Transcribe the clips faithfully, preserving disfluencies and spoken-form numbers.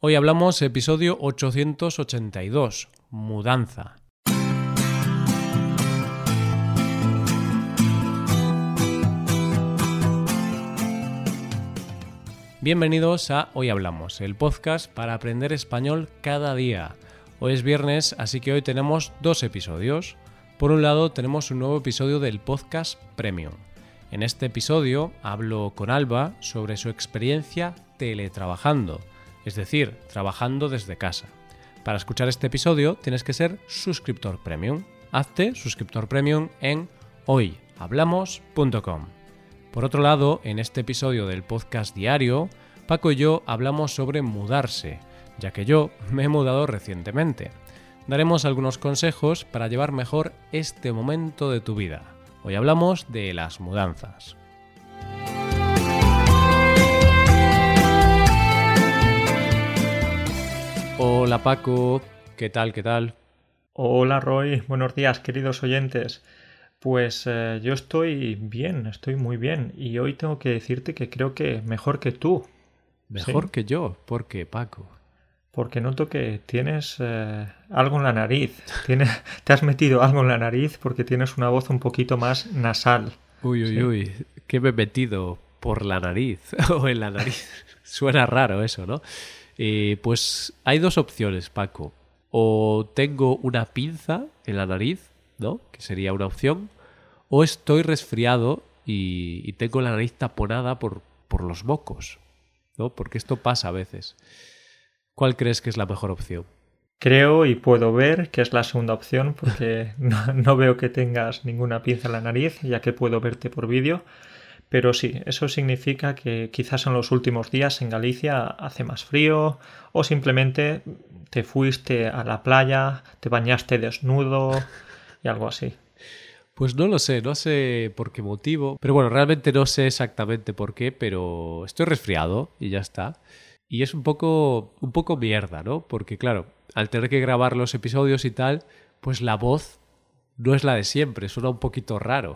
Hoy hablamos episodio ochocientos ochenta y dos, mudanza. Bienvenidos a Hoy Hablamos, el podcast para aprender español cada día. Hoy es viernes, así que hoy tenemos dos episodios. Por un lado, tenemos un nuevo episodio del podcast Premium. En este episodio hablo con Alba sobre su experiencia teletrabajando, es decir, trabajando desde casa. Para escuchar este episodio tienes que ser suscriptor Premium. Hazte suscriptor Premium en hoy hablamos punto com. Por otro lado, en este episodio del podcast diario, Paco y yo hablamos sobre mudarse, ya que yo me he mudado recientemente. Daremos algunos consejos para llevar mejor este momento de tu vida. Hoy hablamos de las mudanzas. Hola Paco, ¿qué tal? ¿Qué tal? Hola Roy, buenos días queridos oyentes. Pues eh, yo estoy bien, estoy muy bien y hoy tengo que decirte que creo que mejor que tú. ¿Mejor ¿Sí? que yo? ¿Por qué, Paco? Porque noto que tienes eh, algo en la nariz. Tienes, te has metido algo en la nariz porque tienes una voz un poquito más nasal. Uy, uy, ¿Sí? uy, ¿qué me he metido? ¿Por la nariz? ¿O en la nariz? Suena raro eso, ¿no? Eh, pues hay dos opciones, Paco. O tengo una pinza en la nariz, ¿no? Que sería una opción. O estoy resfriado y, y tengo la nariz taponada por, por los mocos, ¿no? Porque esto pasa a veces. ¿Cuál crees que es la mejor opción? Creo y puedo ver que es la segunda opción porque no, no veo que tengas ninguna pinza en la nariz, ya que puedo verte por vídeo. Pero sí, eso significa que quizás en los últimos días en Galicia hace más frío o simplemente te fuiste a la playa, te bañaste desnudo y algo así. Pues no lo sé, no sé por qué motivo. Pero bueno, realmente no sé exactamente por qué, pero estoy resfriado y ya está. Y es un poco, un poco mierda, ¿no? Porque claro, al tener que grabar los episodios y tal, pues la voz no es la de siempre, suena un poquito raro.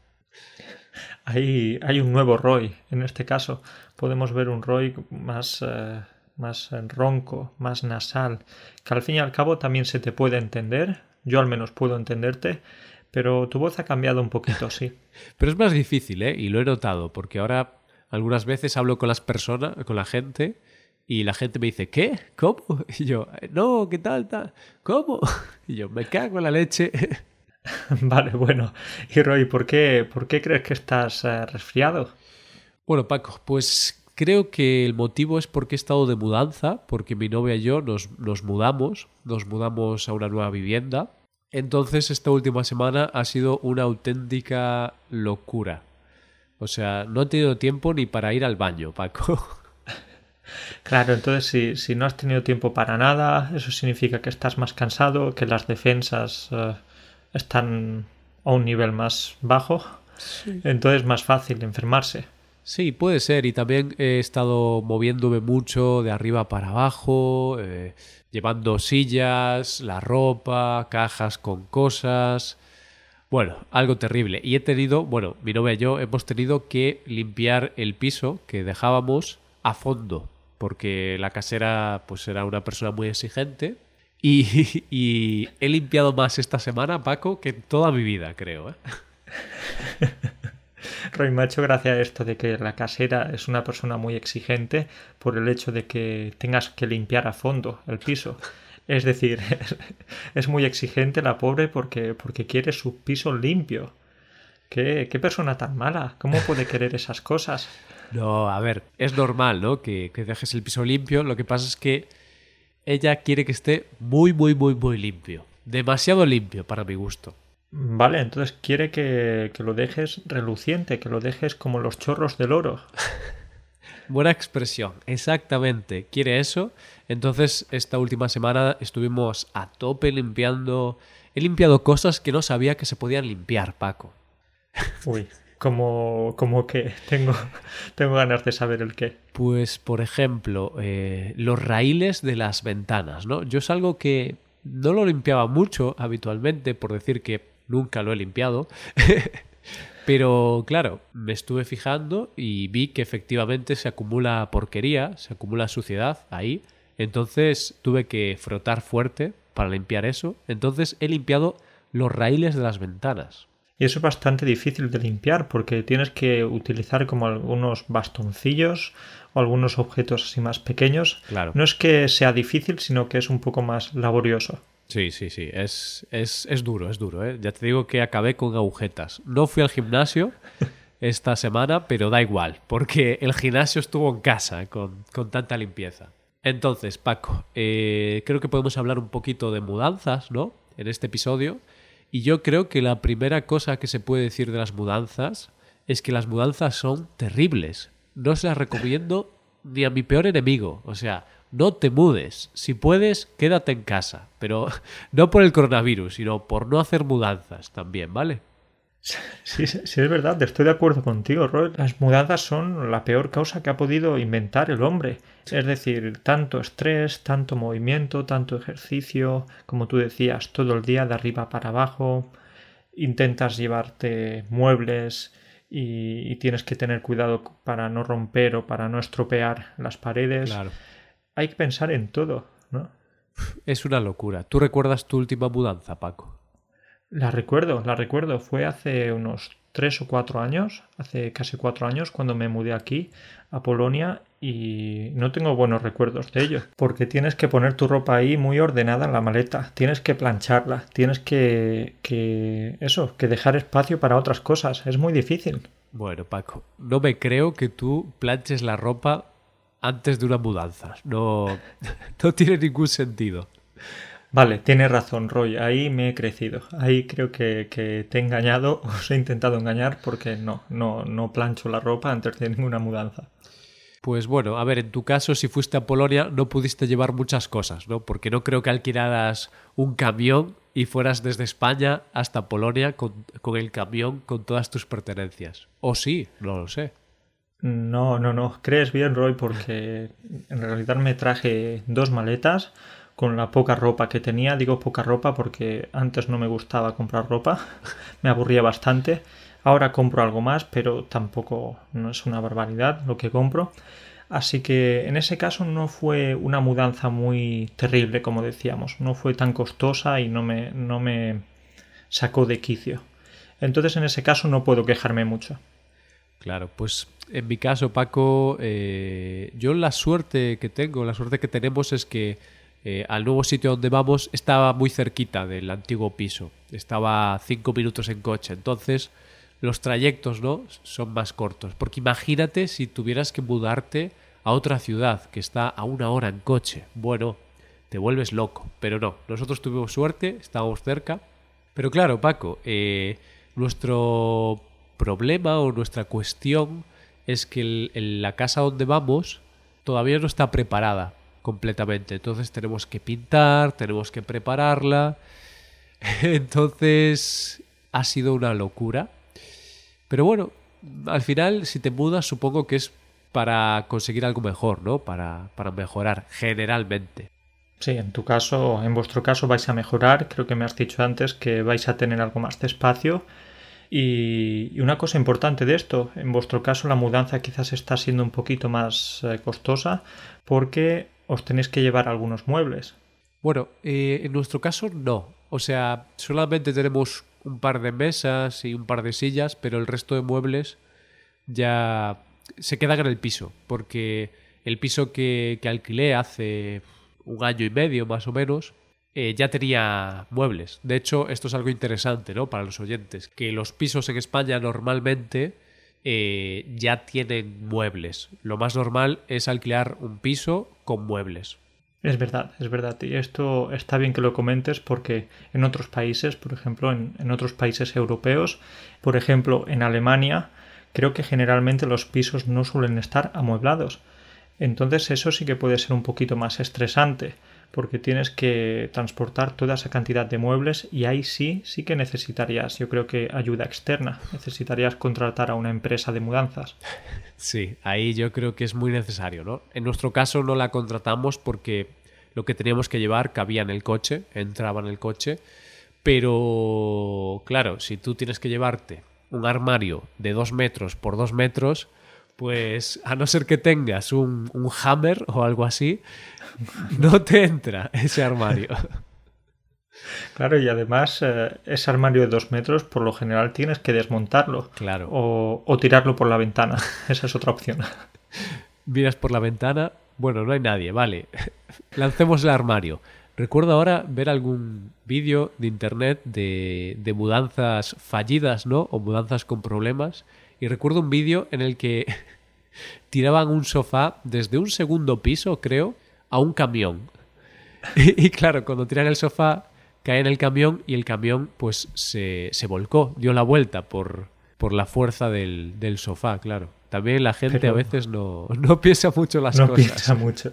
Hay, hay un nuevo Roy, en este caso. Podemos ver un Roy más, eh, más ronco, más nasal, que al fin y al cabo también se te puede entender. Yo al menos puedo entenderte, pero tu voz ha cambiado un poquito, sí. Pero es más difícil, ¿eh? Y lo he notado, porque ahora algunas veces hablo con las personas, con la gente, y la gente me dice, ¿qué? ¿Cómo? Y yo, no, ¿qué tal, tal? ¿Cómo? Y yo, me cago en la leche. Vale, bueno. Y Roy, ¿por qué, por qué crees que estás eh, resfriado? Bueno, Paco, pues creo que el motivo es porque he estado de mudanza, porque mi novia y yo nos, nos mudamos, nos mudamos a una nueva vivienda. Entonces esta última semana ha sido una auténtica locura. O sea, no he tenido tiempo ni para ir al baño, Paco. Claro, entonces si, si no has tenido tiempo para nada, eso significa que estás más cansado, que las defensas eh, están a un nivel más bajo, Sí. entonces es más fácil enfermarse. Sí, puede ser. Y también he estado moviéndome mucho de arriba para abajo, eh, llevando sillas, la ropa, cajas con cosas. Bueno, algo terrible. Y he tenido, bueno, mi novia y yo hemos tenido que limpiar el piso que dejábamos a fondo, porque la casera pues era una persona muy exigente. Y, y he limpiado más esta semana, Paco, que en toda mi vida, creo, ¿eh? Roy, me ha hecho gracia esto de que la casera es una persona muy exigente por el hecho de que tengas que limpiar a fondo el piso. Es decir, es muy exigente la pobre porque, porque quiere su piso limpio. ¿Qué, qué persona tan mala? ¿Cómo puede querer esas cosas? No, a ver, es normal, ¿no? Que, que dejes el piso limpio. Lo que pasa es que ella quiere que esté muy, muy, muy, muy limpio. Demasiado limpio para mi gusto. Vale, entonces quiere que, que lo dejes reluciente, que lo dejes como los chorros del oro. Buena expresión, exactamente. Quiere eso. Entonces, esta última semana estuvimos a tope limpiando. He limpiado cosas que no sabía que se podían limpiar, Paco. Uy, como, como que tengo, tengo ganas de saber el qué. Pues, por ejemplo, eh, los raíles de las ventanas, ¿no? Yo es algo que no lo limpiaba mucho habitualmente, por decir que nunca lo he limpiado. Pero claro, me estuve fijando y vi que efectivamente se acumula porquería, se acumula suciedad ahí. Entonces tuve que frotar fuerte para limpiar eso. Entonces he limpiado los raíles de las ventanas. Y eso es bastante difícil de limpiar porque tienes que utilizar como algunos bastoncillos o algunos objetos así más pequeños. Claro. No es que sea difícil, sino que es un poco más laborioso. Sí, sí, sí. Es, es, es duro, es duro, ¿eh? Ya te digo que acabé con agujetas. No fui al gimnasio esta semana, pero da igual, porque el gimnasio estuvo en casa con, con tanta limpieza. Entonces, Paco, eh, creo que podemos hablar un poquito de mudanzas, ¿no? En este episodio. Y yo creo que la primera cosa que se puede decir de las mudanzas es que las mudanzas son terribles. No se las recomiendo ni a mi peor enemigo. O sea, no te mudes. Si puedes, quédate en casa. Pero no por el coronavirus, sino por no hacer mudanzas también, ¿vale? Sí, sí, sí, es verdad, estoy de acuerdo contigo, Roy. Las mudanzas son la peor causa que ha podido inventar el hombre. Es decir, tanto estrés, tanto movimiento, tanto ejercicio, como tú decías, todo el día de arriba para abajo. Intentas llevarte muebles y, y tienes que tener cuidado para no romper o para no estropear las paredes. Claro. Hay que pensar en todo, ¿no? Es una locura. ¿Tú recuerdas tu última mudanza, Paco? La recuerdo, la recuerdo. Fue hace unos tres o cuatro años, hace casi cuatro años, cuando me mudé aquí, a Polonia, y no tengo buenos recuerdos de ello. Porque tienes que poner tu ropa ahí muy ordenada en la maleta, tienes que plancharla, tienes que, que eso, que dejar espacio para otras cosas. Es muy difícil. Bueno, Paco, no me creo que tú planches la ropa antes de una mudanza. No, no tiene ningún sentido. Vale, tienes razón, Roy. Ahí me he crecido. Ahí creo que, que te he engañado, os he intentado engañar porque no, no, no plancho la ropa antes de ninguna mudanza. Pues bueno, a ver, en tu caso, si fuiste a Polonia, no pudiste llevar muchas cosas, ¿no? Porque no creo que alquilaras un camión y fueras desde España hasta Polonia con, con el camión con todas tus pertenencias. O sí, no lo sé. No, no, no. Crees bien, Roy, porque en realidad me traje dos maletas con la poca ropa que tenía. Digo poca ropa porque antes no me gustaba comprar ropa, me aburría bastante. Ahora compro algo más, pero tampoco no es una barbaridad lo que compro. Así que en ese caso no fue una mudanza muy terrible, como decíamos. No fue tan costosa y no me, no me sacó de quicio. Entonces en ese caso no puedo quejarme mucho. Claro, pues en mi caso, Paco, eh, yo la suerte que tengo, la suerte que tenemos es que Eh, al nuevo sitio donde vamos estaba muy cerquita del antiguo piso. Estaba a cinco minutos en coche. Entonces los trayectos, ¿no?, son más cortos. Porque imagínate si tuvieras que mudarte a otra ciudad que está a una hora en coche. Bueno, te vuelves loco. Pero no, nosotros tuvimos suerte, estábamos cerca. Pero claro, Paco, eh, nuestro problema o nuestra cuestión es que el, el, la casa donde vamos todavía no está preparada completamente. Entonces tenemos que pintar, tenemos que prepararla. Entonces ha sido una locura. Pero bueno, al final, si te mudas, supongo que es para conseguir algo mejor, ¿no? Para, para mejorar, generalmente. Sí, en tu caso, en vuestro caso vais a mejorar. Creo que me has dicho antes que vais a tener algo más de espacio. Y, y una cosa importante de esto, en vuestro caso la mudanza quizás está siendo un poquito más eh, costosa porque os tenéis que llevar algunos muebles. Bueno, eh, en nuestro caso no. O sea, solamente tenemos un par de mesas y un par de sillas, pero el resto de muebles ya se quedan en el piso, porque el piso que, que alquilé hace un año y medio más o menos eh, ya tenía muebles. De hecho, esto es algo interesante, ¿no?, para los oyentes, que los pisos en España normalmente eh, ya tienen muebles. Lo más normal es alquilar un piso con muebles. Es verdad, es verdad. Y esto está bien que lo comentes porque en otros países, por ejemplo, en, en otros países europeos, por ejemplo, en Alemania, creo que generalmente los pisos no suelen estar amueblados. Entonces eso sí que puede ser un poquito más estresante porque tienes que transportar toda esa cantidad de muebles y ahí sí, sí que necesitarías, yo creo que ayuda externa. Necesitarías contratar a una empresa de mudanzas. Sí, ahí yo creo que es muy necesario, ¿no? En nuestro caso no la contratamos porque lo que teníamos que llevar cabía en el coche, entraba en el coche, pero claro, si tú tienes que llevarte un armario de dos metros por dos metros, Pues a no ser que tengas un, un Hammer o algo así, no te entra ese armario. Claro, y además eh, ese armario de dos metros, por lo general tienes que desmontarlo. Claro. O, o tirarlo por la ventana. Esa es otra opción. Miras por la ventana, bueno, no hay nadie, vale. Lancemos el armario. Recuerdo ahora ver algún vídeo de internet de, de mudanzas fallidas, ¿no? O mudanzas con problemas. Y recuerdo un vídeo en el que tiraban un sofá desde un segundo piso, creo, a un camión. Y, y claro, cuando tiran el sofá, cae en el camión y el camión pues se, se volcó, dio la vuelta por, por la fuerza del, del sofá, claro. También la gente Pero... a veces no, no piensa mucho las no cosas. No piensa mucho.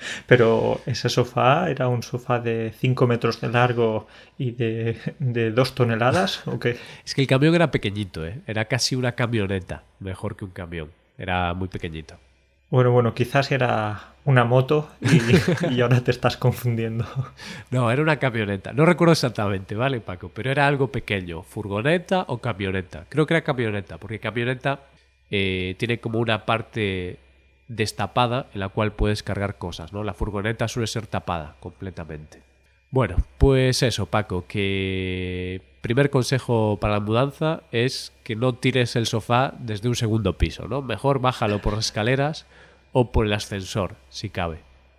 Pero ese sofá era un sofá de cinco metros de largo y de, de dos toneladas, ¿o qué? Es que el camión era pequeñito, ¿eh? Era casi una camioneta, mejor que un camión. Era muy pequeñito. Bueno, bueno, quizás era una moto y, y ahora te estás confundiendo. No, era una camioneta. No recuerdo exactamente, ¿vale, Paco? Pero era algo pequeño. ¿Furgoneta o camioneta? Creo que era camioneta, porque camioneta eh, tiene como una parte destapada en la cual puedes cargar cosas, ¿no? La furgoneta suele ser tapada completamente. Bueno, pues eso, Paco, que primer consejo para la mudanza es que no tires el sofá desde un segundo piso, ¿no? Mejor bájalo por las escaleras o por el ascensor, si cabe.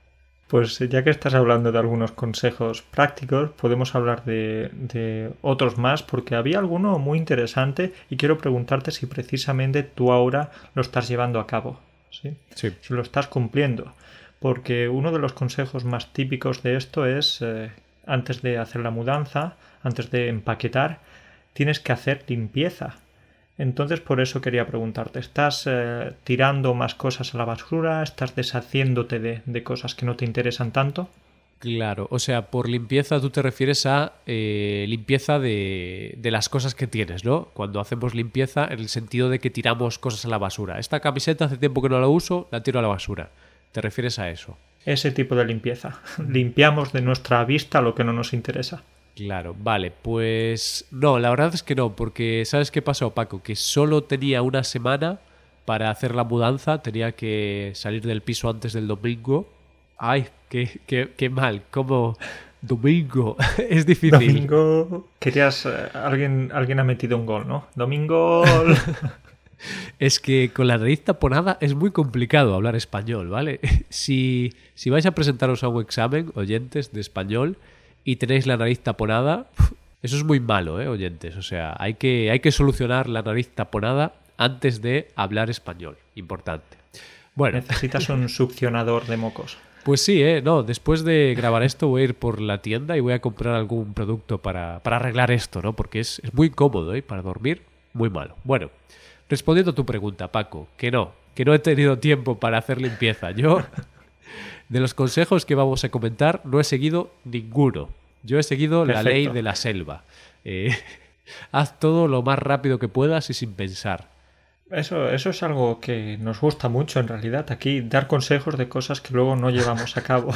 Pues ya que estás hablando de algunos consejos prácticos, podemos hablar de, de otros más, porque había alguno muy interesante y quiero preguntarte si precisamente tú ahora lo estás llevando a cabo, ¿sí? Sí. Si lo estás cumpliendo. Porque uno de los consejos más típicos de esto es, eh, antes de hacer la mudanza, antes de empaquetar, tienes que hacer limpieza. Entonces, por eso quería preguntarte, ¿estás eh, tirando más cosas a la basura? ¿Estás deshaciéndote de, de cosas que no te interesan tanto? Claro, o sea, por limpieza tú te refieres a eh, limpieza de, de las cosas que tienes, ¿no? Cuando hacemos limpieza en el sentido de que tiramos cosas a la basura. Esta camiseta hace tiempo que no la uso, la tiro a la basura. ¿Te refieres a eso? Ese tipo de limpieza. Limpiamos de nuestra vista lo que no nos interesa. Claro, vale, pues no, la verdad es que no, porque ¿sabes qué pasó, Paco? Que solo tenía una semana para hacer la mudanza, tenía que salir del piso antes del domingo. Ay, qué, qué, qué mal, como domingo, es difícil. Domingo, querías, eh, alguien, alguien ha metido un gol, ¿no? Domingo... Es que con la nariz taponada es muy complicado hablar español, ¿vale? Si, si vais a presentaros a un examen, oyentes, de español, y tenéis la nariz taponada, eso es muy malo, ¿eh, oyentes? O sea, hay que, hay que solucionar la nariz taponada antes de hablar español. Importante. Bueno. Necesitas un succionador de mocos. Pues sí, ¿eh? No, después de grabar esto voy a ir por la tienda y voy a comprar algún producto para, para arreglar esto, ¿no? Porque es, es muy cómodo, ¿eh? Para dormir, muy malo. Bueno, respondiendo a tu pregunta, Paco, que no, que no he tenido tiempo para hacer limpieza. Yo, de los consejos que vamos a comentar, no he seguido ninguno. Yo he seguido Perfecto. La ley de la selva. Eh, haz todo lo más rápido que puedas y sin pensar. Eso, eso es algo que nos gusta mucho en realidad, aquí dar consejos de cosas que luego no llevamos a cabo.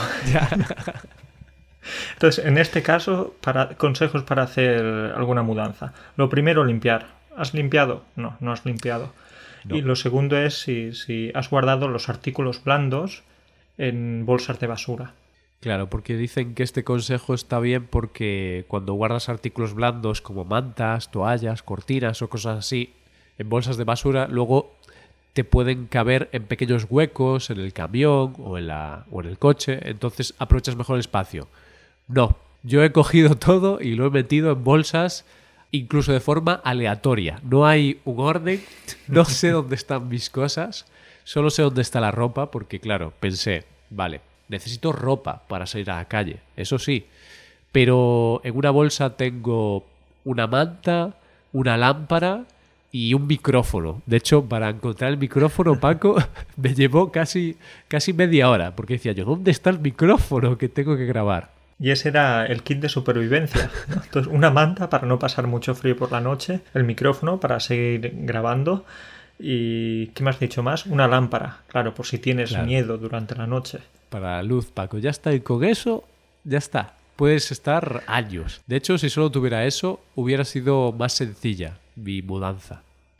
Entonces, en este caso, para, consejos para hacer alguna mudanza. Lo primero, limpiar. ¿Has limpiado? No, no has limpiado. No. Y lo segundo es si, si has guardado los artículos blandos en bolsas de basura. Claro, porque dicen que este consejo está bien porque cuando guardas artículos blandos como mantas, toallas, cortinas o cosas así en bolsas de basura, luego te pueden caber en pequeños huecos en el camión o en, la, o en el coche, entonces aprovechas mejor el espacio. No, yo he cogido todo y lo he metido en bolsas incluso de forma aleatoria. No hay un orden, no sé dónde están mis cosas, solo sé dónde está la ropa porque, claro, pensé, vale, necesito ropa para salir a la calle, eso sí, pero en una bolsa tengo una manta, una lámpara y un micrófono. De hecho, para encontrar el micrófono, Paco, me llevó casi, casi media hora, porque decía yo, ¿dónde está el micrófono que tengo que grabar? Y ese era el kit de supervivencia, ¿no? Entonces, una manta para no pasar mucho frío por la noche, el micrófono para seguir grabando y, ¿qué me has dicho más? Una lámpara, claro, por si tienes claro. miedo durante la noche. Para la luz, Paco, ya está, y con eso, ya está. Puedes estar años. De hecho, si solo tuviera eso, hubiera sido más sencilla mi mudanza.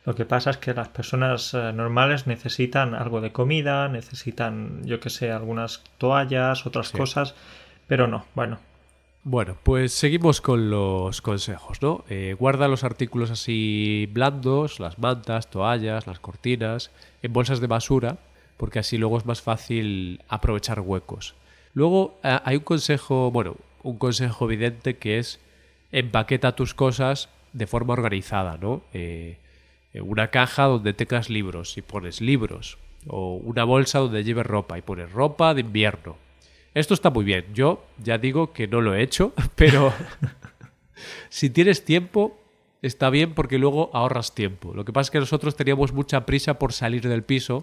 Lo que pasa es que las personas eh, normales necesitan algo de comida, necesitan, yo que sé, algunas toallas, otras Sí. cosas, pero no, bueno. Bueno, pues seguimos con los consejos, ¿no? Eh, guarda los artículos así blandos, las mantas, toallas, las cortinas, en bolsas de basura, porque así luego es más fácil aprovechar huecos. Luego eh, hay un consejo, bueno, un consejo evidente que es empaqueta tus cosas de forma organizada, ¿no? Eh, en una caja donde tengas libros y pones libros, o una bolsa donde lleves ropa y pones ropa de invierno. Esto está muy bien. Yo ya digo que no lo he hecho, pero si tienes tiempo, está bien porque luego ahorras tiempo. Lo que pasa es que nosotros teníamos mucha prisa por salir del piso,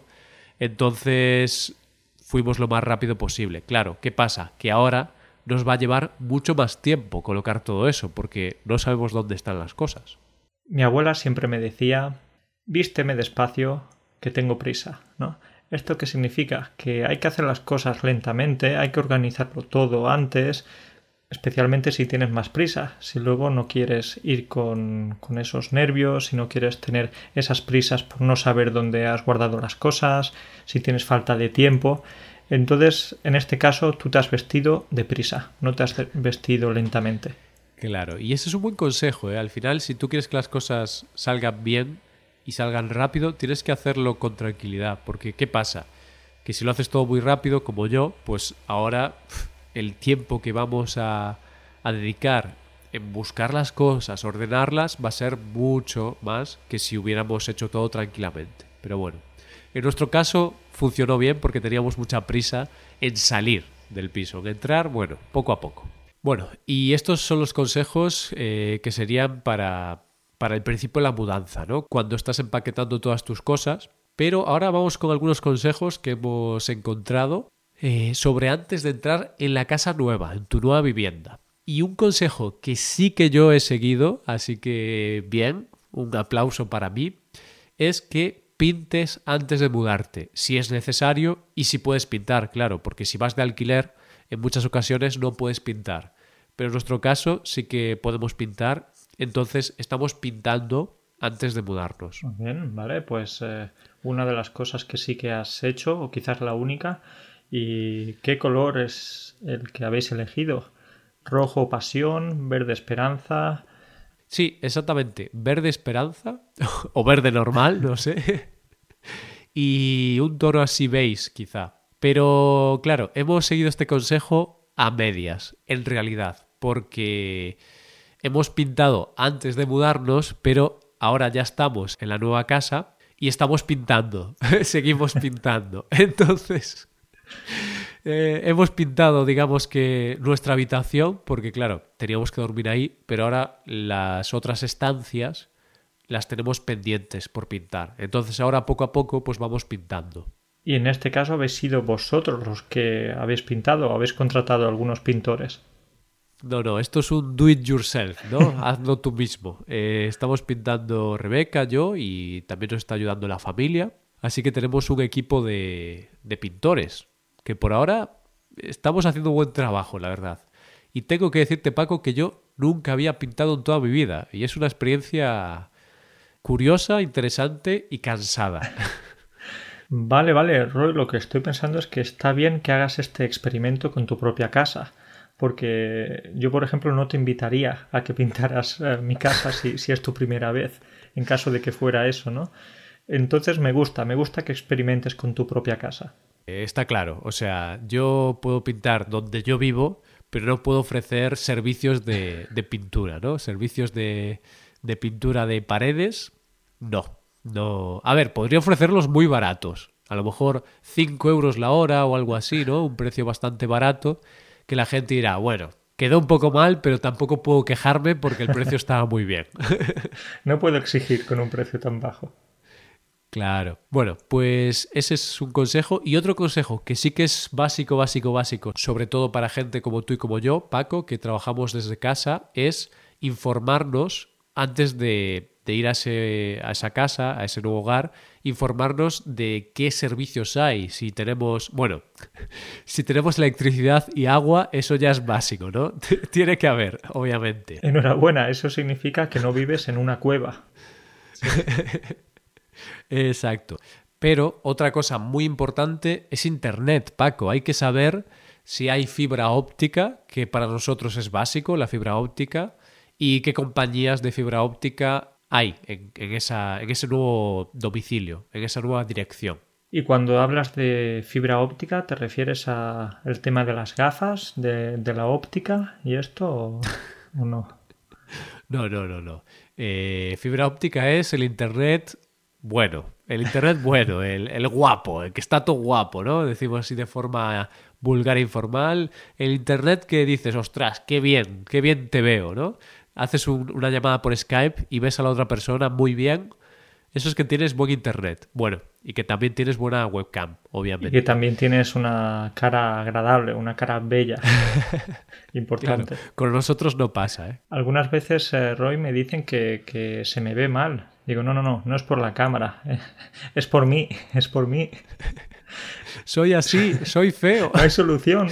entonces fuimos lo más rápido posible. Claro, ¿qué pasa? Que ahora nos va a llevar mucho más tiempo colocar todo eso, porque no sabemos dónde están las cosas. Mi abuela siempre me decía, vísteme despacio, que tengo prisa, ¿no? ¿Esto qué significa? Que hay que hacer las cosas lentamente, hay que organizarlo todo antes, especialmente si tienes más prisa, si luego no quieres ir con, con esos nervios, si no quieres tener esas prisas por no saber dónde has guardado las cosas, si tienes falta de tiempo. Entonces, en este caso, tú te has vestido deprisa, no te has vestido lentamente. Claro, y ese es un buen consejo, ¿eh? Al final, si tú quieres que las cosas salgan bien y salgan rápido, tienes que hacerlo con tranquilidad, porque ¿qué pasa? Que si lo haces todo muy rápido, como yo, pues ahora pf, el tiempo que vamos a, a dedicar en buscar las cosas, ordenarlas, va a ser mucho más que si hubiéramos hecho todo tranquilamente. Pero bueno, en nuestro caso funcionó bien porque teníamos mucha prisa en salir del piso, en entrar, bueno, poco a poco. Bueno, y estos son los consejos eh, que serían para, para el principio de la mudanza, ¿no? Cuando estás empaquetando todas tus cosas. Pero ahora vamos con algunos consejos que hemos encontrado eh, sobre antes de entrar en la casa nueva, en tu nueva vivienda. Y un consejo que sí que yo he seguido, así que bien, un aplauso para mí, es que pintes antes de mudarte, si es necesario y si puedes pintar, claro, porque si vas de alquiler, en muchas ocasiones no puedes pintar. Pero en nuestro caso sí que podemos pintar, entonces estamos pintando antes de mudarnos. Muy bien, vale, pues eh, una de las cosas que sí que has hecho, o quizás la única, ¿y qué color es el que habéis elegido? ¿Rojo pasión, verde esperanza? Sí, exactamente, verde esperanza, o verde normal, no sé, y un tono así beige quizá. Pero claro, hemos seguido este consejo a medias, en realidad, porque hemos pintado antes de mudarnos, pero ahora ya estamos en la nueva casa y estamos pintando, seguimos pintando. Entonces, eh, hemos pintado, digamos que nuestra habitación, porque claro, teníamos que dormir ahí, pero ahora las otras estancias las tenemos pendientes por pintar. Entonces ahora poco a poco pues vamos pintando. Y en este caso habéis sido vosotros los que habéis pintado o habéis contratado a algunos pintores. No, no, esto es un do it yourself, ¿no? Hazlo tú mismo. Eh, estamos pintando Rebeca, yo, y también nos está ayudando la familia. Así que tenemos un equipo de, de pintores, que por ahora estamos haciendo un buen trabajo, la verdad. Y tengo que decirte, Paco, que yo nunca había pintado en toda mi vida. Y es una experiencia curiosa, interesante y cansada. Vale, vale, Roy, lo que estoy pensando es que está bien que hagas este experimento con tu propia casa. Porque yo, por ejemplo, no te invitaría a que pintaras eh, mi casa si, si es tu primera vez, en caso de que fuera eso, ¿no? Entonces me gusta, me gusta que experimentes con tu propia casa. Eh, está claro, o sea, yo puedo pintar donde yo vivo, pero no puedo ofrecer servicios de, de pintura, ¿no? Servicios de, de pintura de paredes, no, no. A ver, podría ofrecerlos muy baratos, a lo mejor cinco euros la hora o algo así, ¿no? Un precio bastante barato, que la gente dirá, bueno, quedó un poco mal, pero tampoco puedo quejarme porque el precio estaba muy bien. No puedo exigir con un precio tan bajo. Claro. Bueno, pues ese es un consejo. Y otro consejo que sí que es básico, básico, básico, sobre todo para gente como tú y como yo, Paco, que trabajamos desde casa, es informarnos antes de, de ir a, ese, a esa casa, a ese nuevo hogar, informarnos de qué servicios hay. Si tenemos, bueno, si tenemos electricidad y agua, eso ya es básico, ¿no? Tiene que haber, obviamente. Enhorabuena, eso significa que no vives en una cueva. Exacto. Pero otra cosa muy importante es Internet, Paco. Hay que saber si hay fibra óptica, que para nosotros es básico, la fibra óptica, y qué compañías de fibra óptica hay en, en, esa, en ese nuevo domicilio, en esa nueva dirección. Y cuando hablas de fibra óptica, ¿te refieres a el tema de las gafas, de, de la óptica y esto o, o no? No, no, no, no. Eh, fibra óptica es el Internet bueno, el Internet bueno, el, el guapo, el que está todo guapo, ¿no? Decimos así de forma vulgar e informal. El Internet que dices, ostras, qué bien, qué bien te veo, ¿no? Haces un, una llamada por Skype y ves a la otra persona muy bien. Eso es que tienes buen Internet. Bueno, y que también tienes buena webcam, obviamente. Y que también tienes una cara agradable, una cara bella. Importante. Claro, con nosotros no pasa, ¿eh? Algunas veces, eh, Roy, me dicen que, que se me ve mal. Digo, no, no, no, no es por la cámara. Es por mí, es por mí. Soy así, soy feo. No hay solución.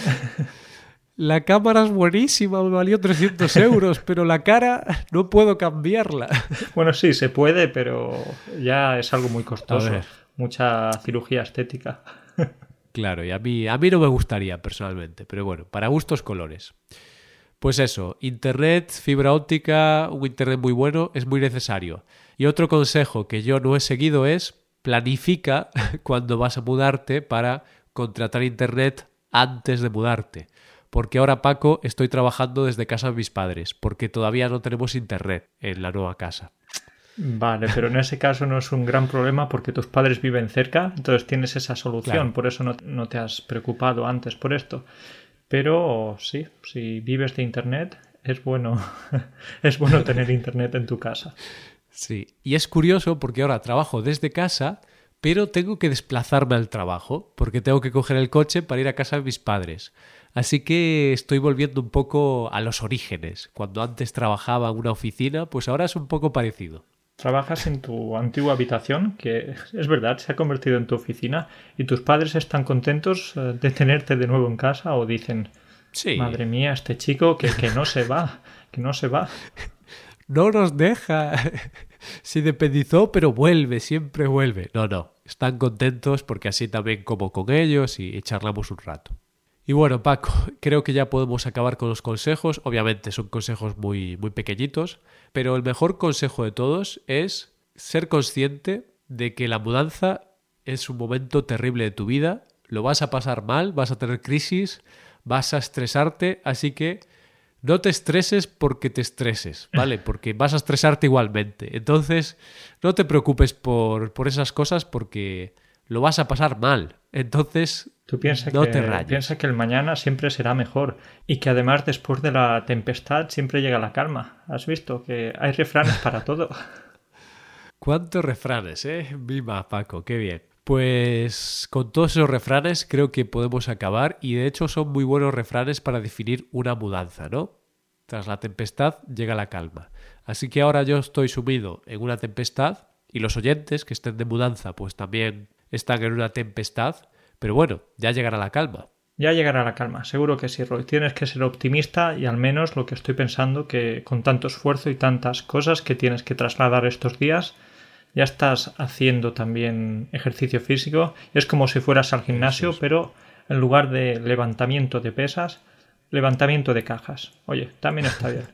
La cámara es buenísima, me valió trescientos euros, pero la cara no puedo cambiarla. Bueno, sí, se puede, pero ya es algo muy costoso. Mucha cirugía estética. Claro, y a mí, a mí no me gustaría personalmente, pero bueno, para gustos colores. Pues eso, Internet, fibra óptica, un Internet muy bueno es muy necesario. Y otro consejo que yo no he seguido es planifica cuando vas a mudarte para contratar Internet antes de mudarte. Porque ahora, Paco, estoy trabajando desde casa de mis padres, porque todavía no tenemos Internet en la nueva casa. Vale, pero en ese caso no es un gran problema porque tus padres viven cerca, entonces tienes esa solución, claro. Por eso no, no te has preocupado antes por esto. Pero sí, si vives de Internet, es bueno, es bueno tener Internet en tu casa. Sí, y es curioso porque ahora trabajo desde casa, pero tengo que desplazarme al trabajo, porque tengo que coger el coche para ir a casa de mis padres. Así que estoy volviendo un poco a los orígenes. Cuando antes trabajaba en una oficina, pues ahora es un poco parecido. Trabajas en tu antigua habitación, que es verdad, se ha convertido en tu oficina, y tus padres están contentos de tenerte de nuevo en casa o dicen, sí. Madre mía, este chico que, que no se va, que no se va. No nos deja. Se independizó, pero vuelve, siempre vuelve. No, no, están contentos porque así también como con ellos y charlamos un rato. Y bueno, Paco, creo que ya podemos acabar con los consejos. Obviamente son consejos muy, muy pequeñitos, pero el mejor consejo de todos es ser consciente de que la mudanza es un momento terrible de tu vida. Lo vas a pasar mal, vas a tener crisis, vas a estresarte, así que no te estreses porque te estreses, ¿vale? Porque vas a estresarte igualmente. Entonces, no te preocupes por, por esas cosas porque lo vas a pasar mal. Entonces, Tú piensa no que, te rayes. Piensa que el mañana siempre será mejor y que además después de la tempestad siempre llega la calma. ¿Has visto que hay refranes para todo? ¿Cuántos refranes, eh? Viva, Paco, qué bien. Pues con todos esos refranes creo que podemos acabar y de hecho son muy buenos refranes para definir una mudanza, ¿no? Tras la tempestad llega la calma. Así que ahora yo estoy sumido en una tempestad y los oyentes que estén de mudanza pues también están en una tempestad, pero bueno, ya llegará la calma. Ya llegará la calma, seguro que sí, Roy. Tienes que ser optimista y al menos lo que estoy pensando que con tanto esfuerzo y tantas cosas que tienes que trasladar estos días, ya estás haciendo también ejercicio físico. Es como si fueras al gimnasio, es. Pero en lugar de levantamiento de pesas, levantamiento de cajas. Oye, también está bien.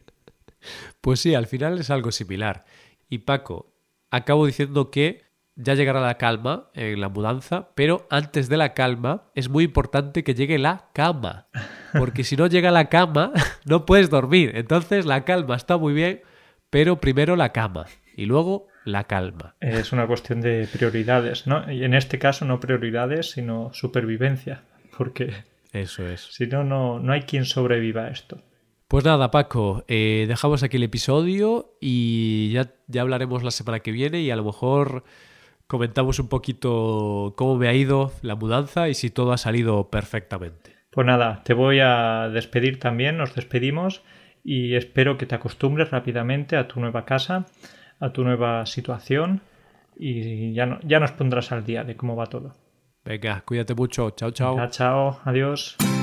Pues sí, al final es algo similar. Y Paco, acabo diciendo que ya llegará la calma en la mudanza, pero antes de la calma es muy importante que llegue la cama. Porque si no llega la cama, no puedes dormir. Entonces la calma está muy bien, pero primero la cama y luego la calma. Es una cuestión de prioridades, ¿no? Y en este caso no prioridades, sino supervivencia. Porque eso es. Si no, no, no hay quien sobreviva a esto. Pues nada, Paco, eh, dejamos aquí el episodio y ya, ya hablaremos la semana que viene y a lo mejor comentamos un poquito cómo me ha ido la mudanza y si todo ha salido perfectamente. Pues nada, te voy a despedir también, nos despedimos y espero que te acostumbres rápidamente a tu nueva casa, a tu nueva situación y ya, no, ya nos pondrás al día de cómo va todo. Venga, cuídate mucho. Chao, chao. Venga, chao, adiós.